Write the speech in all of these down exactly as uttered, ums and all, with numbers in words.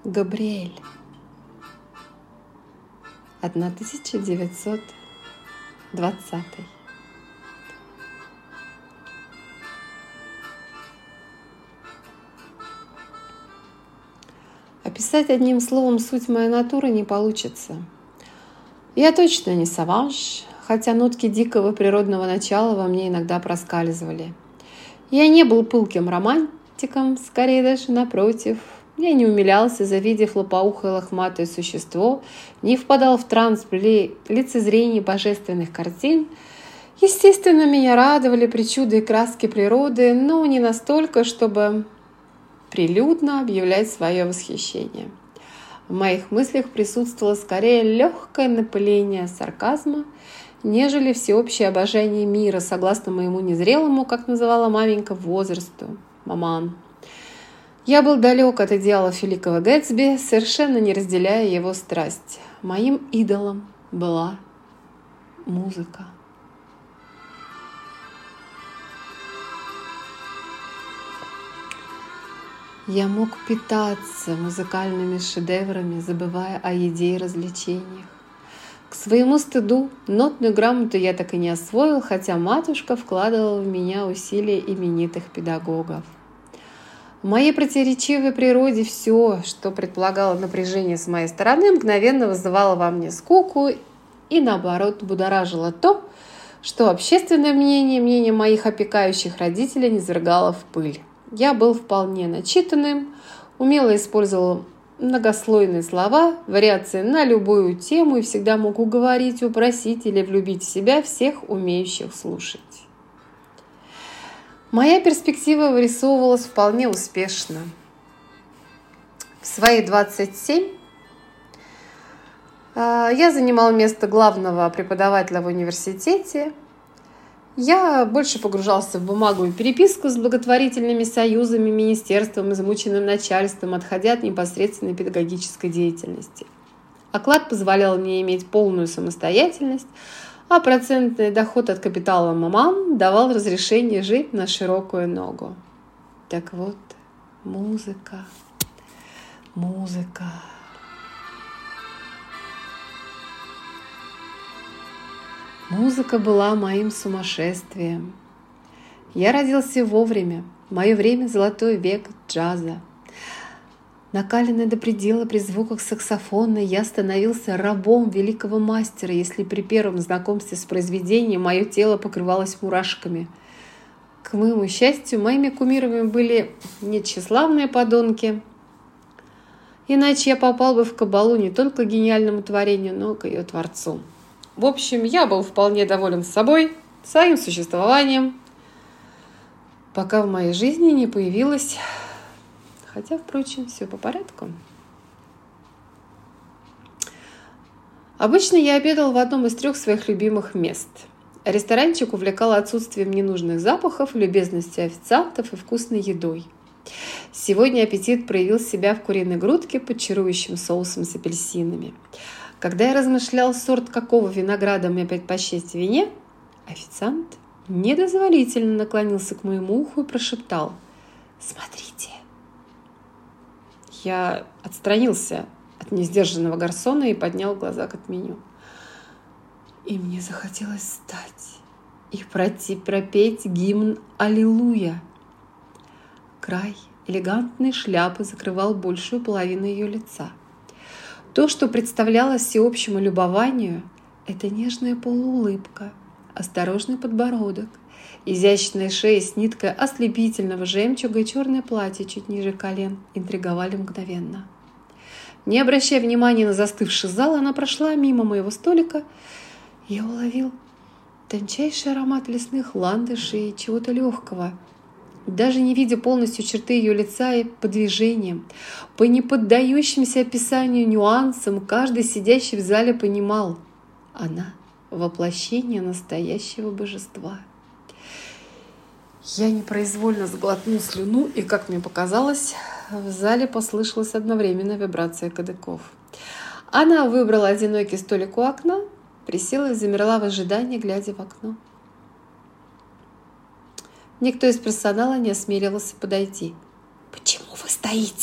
Габриэль. тысяча девятьсот двадцатый. Описать одним словом суть моей натуры не получится. Я точно не саванж, хотя нотки дикого природного начала во мне иногда проскальзывали. Я не был пылким романтиком, скорее даже напротив. Я не умилялся, завидев лопоухое лохматое существо, не впадал в транс при лицезрении божественных картин. Естественно, меня радовали причуды и краски природы, но не настолько, чтобы прилюдно объявлять свое восхищение. В моих мыслях присутствовало скорее легкое напыление сарказма, нежели всеобщее обожание мира, согласно моему незрелому, как называла маменька, возрасту, маман. Я был далек от идеалов великого Гэтсби, совершенно не разделяя его страсть. Моим идолом была музыка. Я мог питаться музыкальными шедеврами, забывая о еде и развлечениях. К своему стыду нотную грамоту я так и не освоил, хотя матушка вкладывала в меня усилия именитых педагогов. В моей противоречивой природе все, что предполагало напряжение с моей стороны, мгновенно вызывало во мне скуку и, наоборот, будоражило то, что общественное мнение, мнение моих опекающих родителей низвергало в пыль. Я был вполне начитанным, умело использовал многослойные слова, вариации на любую тему и всегда мог уговорить, упросить или влюбить в себя всех умеющих слушать. Моя перспектива вырисовывалась вполне успешно. В свои двадцать семь я занимал место главного преподавателя в университете. Я больше погружался в бумагу и переписку с благотворительными союзами, министерством, измученным начальством, отходя от непосредственной педагогической деятельности. Оклад позволял мне иметь полную самостоятельность, а процентный доход от капитала маман давал разрешение жить на широкую ногу. Так вот, музыка, музыка. Музыка была моим сумасшествием. Я родился вовремя. Мое время – золотой век джаза. Накаленный до предела при звуках саксофона, я становился рабом великого мастера, если при первом знакомстве с произведением мое тело покрывалось мурашками. К моему счастью, моими кумирами были не тщеславные подонки, иначе я попал бы в кабалу не только к гениальному творению, но и к ее творцу. В общем, я был вполне доволен собой, своим существованием, пока в моей жизни не появилась... Хотя, впрочем, все по порядку. Обычно я обедал в одном из трех своих любимых мест. Ресторанчик увлекал отсутствием ненужных запахов, любезностью официантов и вкусной едой. Сегодня аппетит проявил себя в куриной грудке под чарующим соусом с апельсинами. Когда я размышлял, сорт какого винограда мне предпочесть в вине, официант недозволительно наклонился к моему уху и прошептал: «Смотрите». Я отстранился от несдержанного гарсона и поднял глаза к меню. И мне захотелось встать и пройти пропеть гимн «Аллилуйя». Край элегантной шляпы закрывал большую половину ее лица. То, что представлялось всеобщему любованию, это нежная полуулыбка, осторожный подбородок, изящная шея с ниткой ослепительного жемчуга и черное платье чуть ниже колен интриговали мгновенно. Не обращая внимания на застывший зал, она прошла мимо моего столика. Я уловил тончайший аромат лесных ландышей и чего-то легкого. Даже не видя полностью черты ее лица и по движениям, по неподдающимся описанию нюансам, каждый сидящий в зале понимал — она — воплощение настоящего божества. Я непроизвольно сглотнул слюну, и, как мне показалось, в зале послышалась одновременная вибрация кадыков. Она выбрала одинокий столик у окна, присела и замерла в ожидании, глядя в окно. Никто из персонала не осмеливался подойти. «Почему вы стоите?»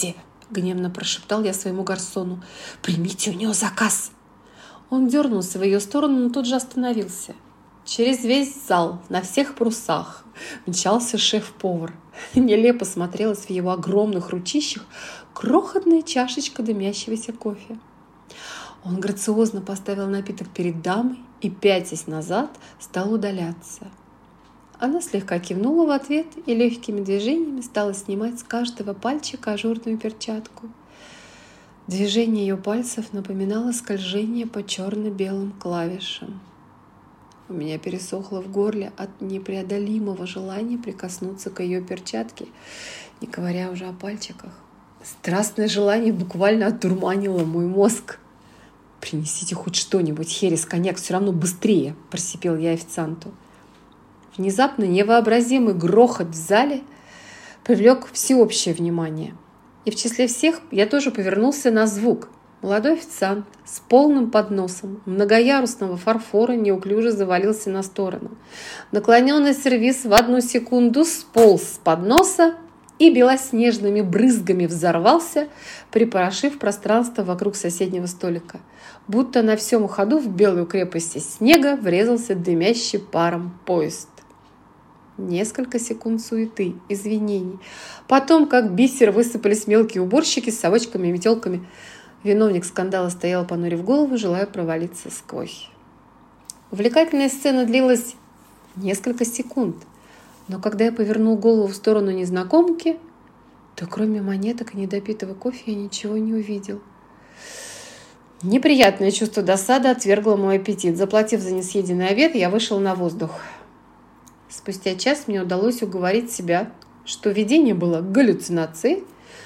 гневно прошептал я своему гарсону. «Примите у него заказ!» Он дернулся в ее сторону, но тут же остановился. Через весь зал, на всех парусах, мчался шеф-повар. Нелепо смотрелась в его огромных ручищах крохотная чашечка дымящегося кофе. Он грациозно поставил напиток перед дамой и, пятясь назад, стал удаляться. Она слегка кивнула в ответ и легкими движениями стала снимать с каждого пальчика ажурную перчатку. Движение ее пальцев напоминало скольжение по черно-белым клавишам. У меня пересохло в горле от непреодолимого желания прикоснуться к ее перчатке, не говоря уже о пальчиках. Страстное желание буквально одурманило мой мозг. «Принесите хоть что-нибудь, херес, коньяк, все равно быстрее!» – просипел я официанту. Внезапно невообразимый грохот в зале привлек всеобщее внимание. И в числе всех я тоже повернулся на звук. Молодой официант с полным подносом многоярусного фарфора неуклюже завалился на сторону. Наклоненный сервиз в одну секунду сполз с подноса и белоснежными брызгами взорвался, припорошив пространство вокруг соседнего столика. Будто на всем ходу в белую крепость из снега врезался дымящий паром поезд. Несколько секунд суеты, извинений. Потом, как бисер, высыпались мелкие уборщики с совочками и метелками. Виновник скандала стоял, понурив голову, желая провалиться сквозь. Увлекательная сцена длилась несколько секунд. Но когда я повернул голову в сторону незнакомки, то кроме монеток и недопитого кофе я ничего не увидел. Неприятное чувство досады отвергло мой аппетит. Заплатив за несъеденный обед, я вышел на воздух. Спустя час мне удалось уговорить себя, что видение было галлюцинацией.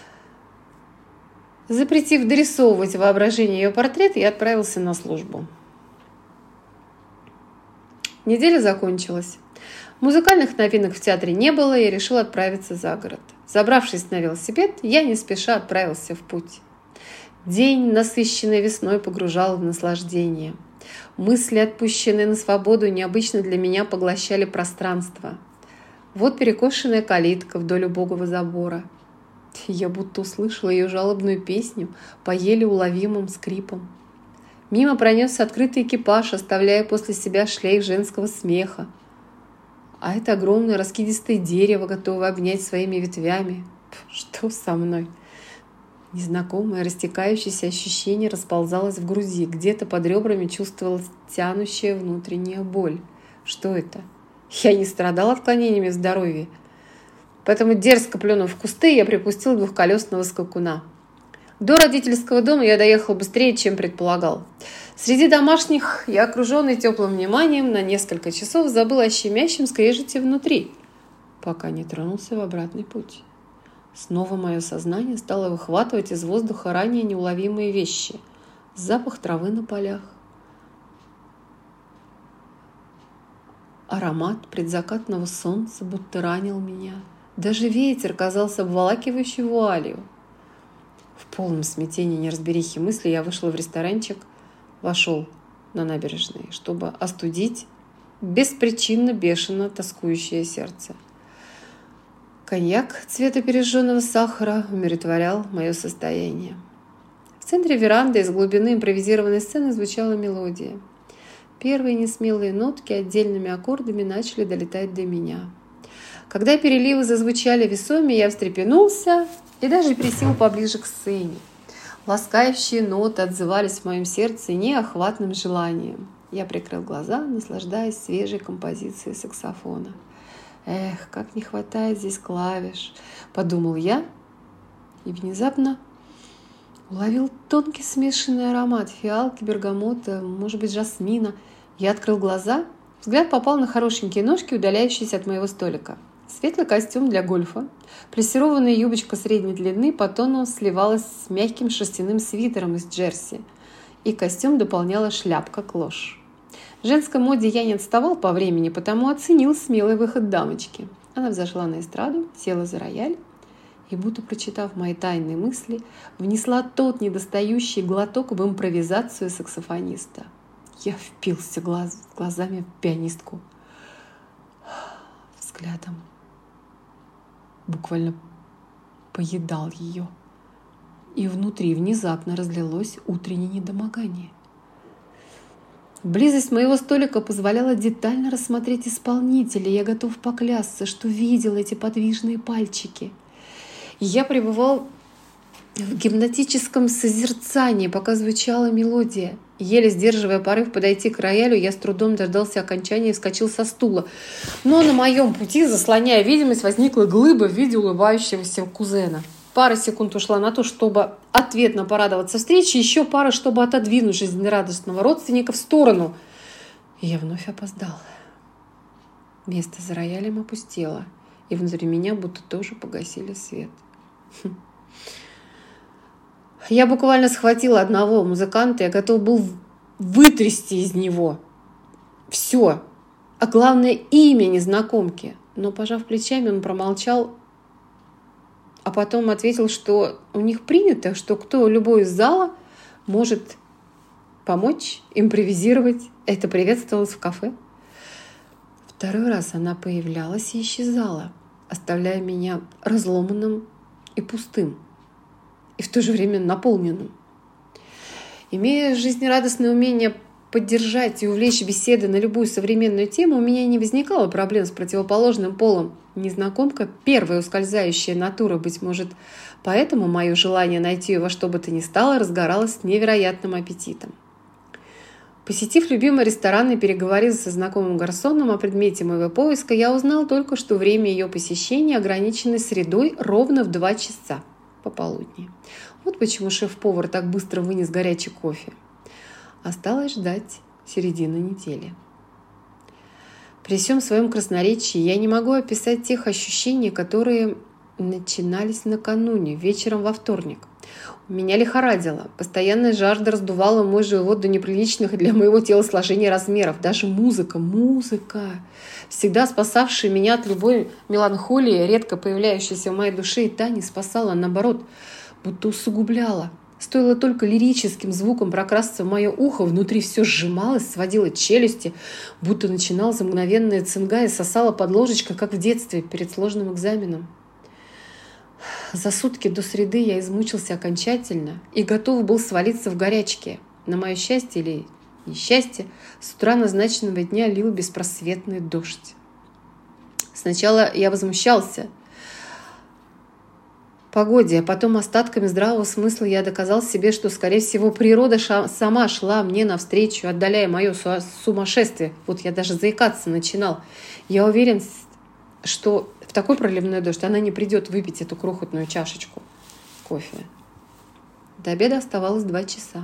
Запретив дорисовывать воображение ее портрет, я отправился на службу. Неделя закончилась. Музыкальных новинок в театре не было, и я решил отправиться за город. Забравшись на велосипед, я не спеша отправился в путь. День, насыщенный весной, погружал в наслаждение. Мысли, отпущенные на свободу, необычно для меня поглощали пространство. Вот перекошенная калитка вдоль убогого забора. Я будто услышала ее жалобную песню по еле уловимым скрипам. Мимо пронесся открытый экипаж, оставляя после себя шлейф женского смеха. А это огромное раскидистое дерево, готовое обнять своими ветвями. Что со мной? Незнакомое растекающееся ощущение расползалось в груди. Где-то под ребрами чувствовалась тянущая внутренняя боль. Что это? Я не страдал отклонениями в здоровье. Поэтому, дерзко плюнув в кусты, я припустил двухколесного скакуна. До родительского дома я доехал быстрее, чем предполагал. Среди домашних я, окруженный теплым вниманием, на несколько часов забыл о щемящем скрежете внутри, пока не тронулся в обратный путь. Снова мое сознание стало выхватывать из воздуха ранее неуловимые вещи. Запах травы на полях, аромат предзакатного солнца будто ранил меня. Даже ветер казался обволакивающей вуалью. В полном смятении неразберихи мысли я вышла в ресторанчик, вошел на набережной, чтобы остудить беспричинно бешено тоскующее сердце. Коньяк цвета пережженного сахара умиротворял мое состояние. В центре веранды из глубины импровизированной сцены звучала мелодия. Первые несмелые нотки отдельными аккордами начали долетать до меня. Когда переливы зазвучали весомее, я встрепенулся и даже присел поближе к сцене. Ласкающие ноты отзывались в моем сердце неохватным желанием. Я прикрыл глаза, наслаждаясь свежей композицией саксофона. «Эх, как не хватает здесь клавиш!» – подумал я, и внезапно уловил тонкий смешанный аромат фиалки, бергамота, может быть, жасмина. Я открыл глаза, взгляд попал на хорошенькие ножки, удаляющиеся от моего столика. Светлый костюм для гольфа, плессированная юбочка средней длины по тону сливалась с мягким шерстяным свитером из джерси, и костюм дополняла шляпка-клош. В женской моде я не отставал по времени, потому оценил смелый выход дамочки. Она взошла на эстраду, села за рояль и, будто прочитав мои тайные мысли, внесла тот недостающий глоток в импровизацию саксофониста. Я впился глаз, глазами в пианистку. Взглядом буквально поедал ее. и внутри внезапно разлилось утреннее недомогание. Близость моего столика позволяла детально рассмотреть исполнителя. Я готов поклясться, что видел эти подвижные пальчики. Я пребывал в гипнотическом созерцании, пока звучала мелодия. Еле сдерживая порыв подойти к роялю, я с трудом дождался окончания и вскочил со стула. Но на моем пути, заслоняя видимость, возникла глыба в виде улыбающегося кузена. Пара секунд ушла на то, чтобы ответно порадоваться встрече, еще пара, чтобы отодвинуть жизнерадостного родственника в сторону. И я вновь опоздал. Место за роялем опустело, и внутри меня будто тоже погасили свет. Я буквально схватила одного музыканта, я готов был вытрясти из него все, а главное имя незнакомки. Но, пожав плечами, он промолчал, а потом ответил, что у них принято, что кто любой из зала может помочь, импровизировать. Это приветствовалось в кафе. Второй раз она появлялась и исчезала, оставляя меня разломанным и пустым, и в то же время наполненным. Имея жизнерадостное умение поддержать и увлечь беседы на любую современную тему, у меня не возникало проблем с противоположным полом. Незнакомка – первая ускользающая натура, быть может, поэтому мое желание найти ее во что бы то ни стало разгоралось с невероятным аппетитом. Посетив любимый ресторан и переговорив со знакомым гарсоном о предмете моего поиска, я узнал только, что время ее посещения ограничено средой ровно в два часа пополудни. Вот почему шеф-повар так быстро вынес горячий кофе. Осталось ждать середины недели. При всем своем красноречии я не могу описать тех ощущений, которые начинались накануне, вечером во вторник. Меня лихорадило. Постоянная жажда раздувала мой живот до неприличных для моего телосложения размеров. Даже музыка, музыка, всегда спасавшая меня от любой меланхолии, редко появляющейся в моей душе, и та не спасала, а наоборот, будто усугубляла. Стоило только лирическим звуком прокрасться в мое ухо, внутри все сжималось, сводило челюсти, будто начиналась мгновенная цинга и сосала под ложечкой, как в детстве перед сложным экзаменом. За сутки до среды я измучился окончательно и готов был свалиться в горячке. На мое счастье или несчастье, с утра назначенного дня лил беспросветный дождь. Сначала я возмущался погоде, а потом остатками здравого смысла я доказал себе, что, скорее всего, природа сама шла мне навстречу, отдаляя мое сумасшествие. Вот я даже заикаться начинал. Я уверен, что в такой проливной дождь она не придет выпить эту крохотную чашечку кофе. До обеда оставалось два часа.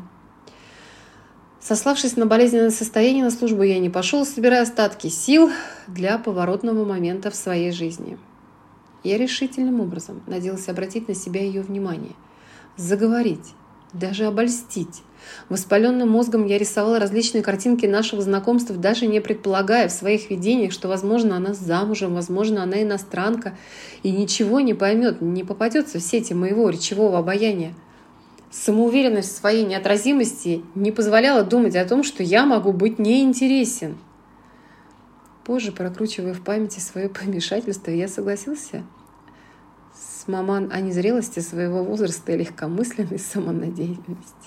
Сославшись на болезненное состояние, на службу я не пошел, собирая остатки сил для поворотного момента в своей жизни. Я решительным образом надеялся обратить на себя ее внимание, заговорить, даже обольстить. Воспаленным мозгом я рисовала различные картинки наших знакомств, даже не предполагая в своих видениях, что, возможно, она замужем, возможно, она иностранка, и ничего не поймет, не попадется в сети моего речевого обаяния. Самоуверенность в своей неотразимости не позволяла думать о том, что я могу быть неинтересен. Позже, прокручивая в памяти свое помешательство, я согласился с маман о незрелости своего возраста и легкомысленной самонадеянности.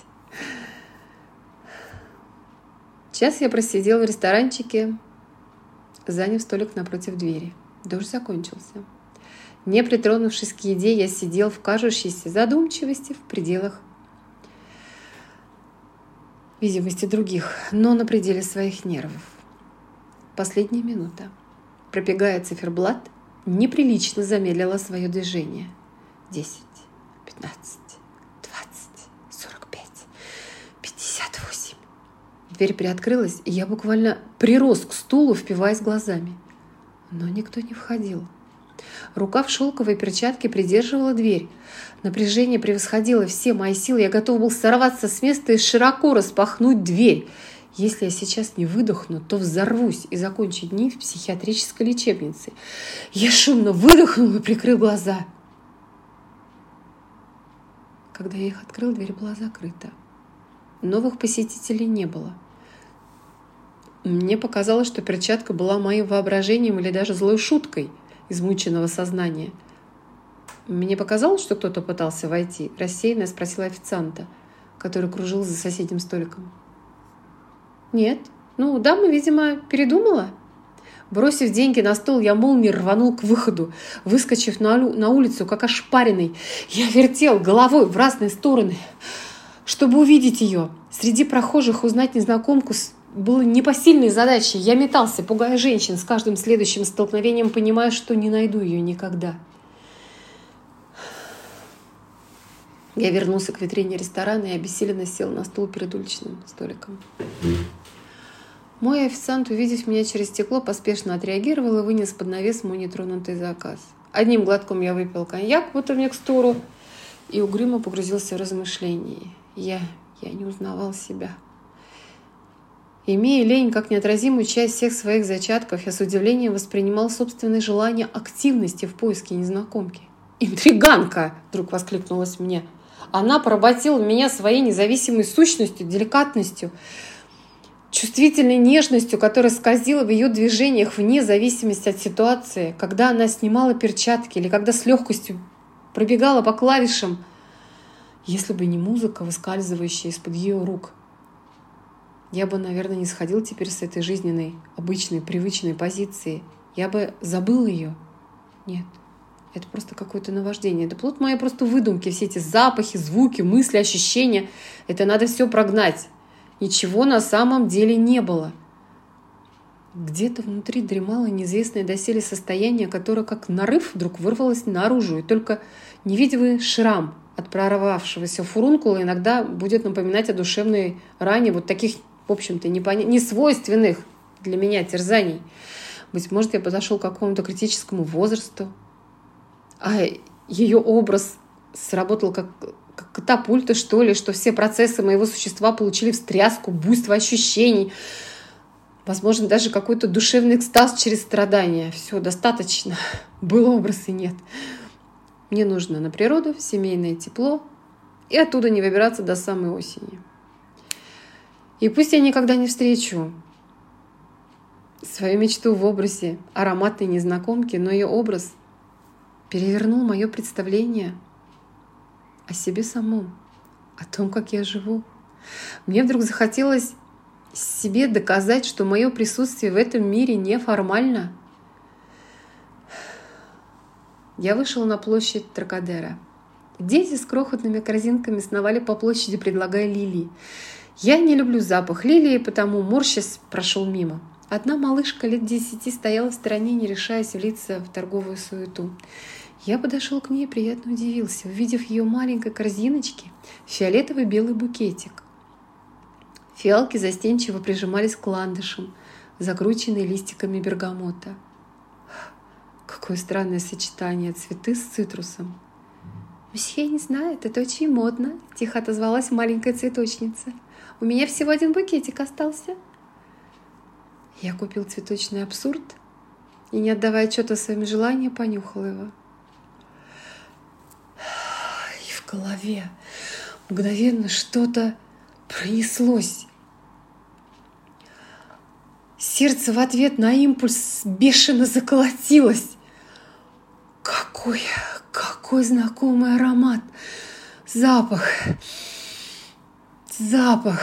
Час я просидел в ресторанчике, заняв столик напротив двери. Дождь закончился. Не притронувшись к еде, я сидел в кажущейся задумчивости в пределах видимости других, но на пределе своих нервов. Последняя минута. Пробегая циферблат, неприлично замедлила свое движение. Десять, пятнадцать, двадцать, сорок пять, пятьдесят восемь. Дверь приоткрылась, и я буквально прирос к стулу, впиваясь глазами. Но никто не входил. Рука в шелковой перчатке придерживала дверь. Напряжение превосходило все мои силы. Я готов был сорваться с места и широко распахнуть дверь. Если я сейчас не выдохну, то взорвусь и закончу дни в психиатрической лечебнице. Я шумно выдохнул и прикрыл глаза. Когда я их открыл, дверь была закрыта. Новых посетителей не было. Мне показалось, что перчатка была моим воображением или даже злой шуткой измученного сознания. Мне показалось, что кто-то пытался войти. Рассеянно спросила официанта, который кружил за соседним столиком. Нет. Ну, дама, видимо, передумала. Бросив деньги на стол, я молнией рванул к выходу. Выскочив на, на улицу, как ошпаренный, я вертел головой в разные стороны, чтобы увидеть ее. Среди прохожих узнать незнакомку было непосильной задачей. Я метался, пугая женщин, с каждым следующим столкновением понимая, что не найду ее никогда. Я вернулся к витрине ресторана и обессиленно сел на стул перед уличным столиком. Мой официант, увидев меня через стекло, поспешно отреагировал и вынес под навес мой нетронутый заказ. Одним глотком я выпил коньяк, будто микстуру, и угрюмо погрузился в размышления. Я, я не узнавал себя. Имея лень как неотразимую часть всех своих зачатков, я с удивлением воспринимал собственное желание активности в поиске незнакомки. «Интриганка!» – вдруг воскликнулась мне. Она поработила меня своей независимой сущностью, деликатностью, чувствительной нежностью, которая скользила в ее движениях вне зависимости от ситуации, когда она снимала перчатки или когда с легкостью пробегала по клавишам, если бы не музыка, выскальзывающая из-под ее рук. Я бы, наверное, не сходил теперь с этой жизненной, обычной, привычной позиции. Я бы забыл ее. Нет, это просто какое-то наваждение. Это плод моей просто выдумки. Все эти запахи, звуки, мысли, ощущения. Это надо все прогнать. Ничего на самом деле не было. Где-то внутри дремало неизвестное доселе состояние, которое как нарыв вдруг вырвалось наружу. И только невидимый шрам от прорвавшегося фурункула иногда будет напоминать о душевной ране вот таких, в общем-то, непоня... несвойственных для меня терзаний. Быть может, я подошел к какому-то критическому возрасту, а ее образ сработал как... как катапульта, что ли, что все процессы моего существа получили встряску, буйство ощущений, возможно, даже какой-то душевный экстаз через страдания. Все, достаточно. Был образ и нет. Мне нужно на природу, в семейное тепло и оттуда не выбираться до самой осени. И пусть я никогда не встречу свою мечту в образе ароматной незнакомки, но ее образ перевернул мое представление о себе самом, о том, как я живу. Мне вдруг захотелось себе доказать, что мое присутствие в этом мире неформально. Я вышел на площадь Трокадеро. Дети с крохотными корзинками сновали по площади, предлагая лилии. Я не люблю запах лилии, потому, морщась, прошел мимо. Одна малышка лет десяти стояла в стороне, не решаясь влиться в торговую суету. Я подошел к ней и приятно удивился, увидев ее маленькой корзиночке фиолетовый белый букетик. Фиалки застенчиво прижимались к ландышам, закрученные листиками бергамота. Какое странное сочетание цветы с цитрусом. «Мсье не знает, это очень модно», — тихо отозвалась маленькая цветочница. «У меня всего один букетик остался». Я купил цветочный абсурд и, не отдавая отчета о своем желании, понюхал его. И в голове мгновенно что-то пронеслось. Сердце в ответ на импульс бешено заколотилось. Какой, какой знакомый аромат! Запах! Запах!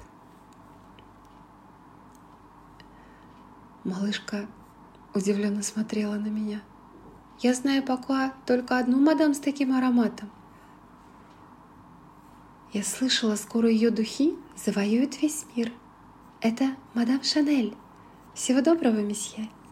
Малышка удивленно смотрела на меня. «Я знаю пока только одну мадам с таким ароматом». Я слышала, скоро ее духи завоюют весь мир. Это мадам Шанель. Всего доброго, месье.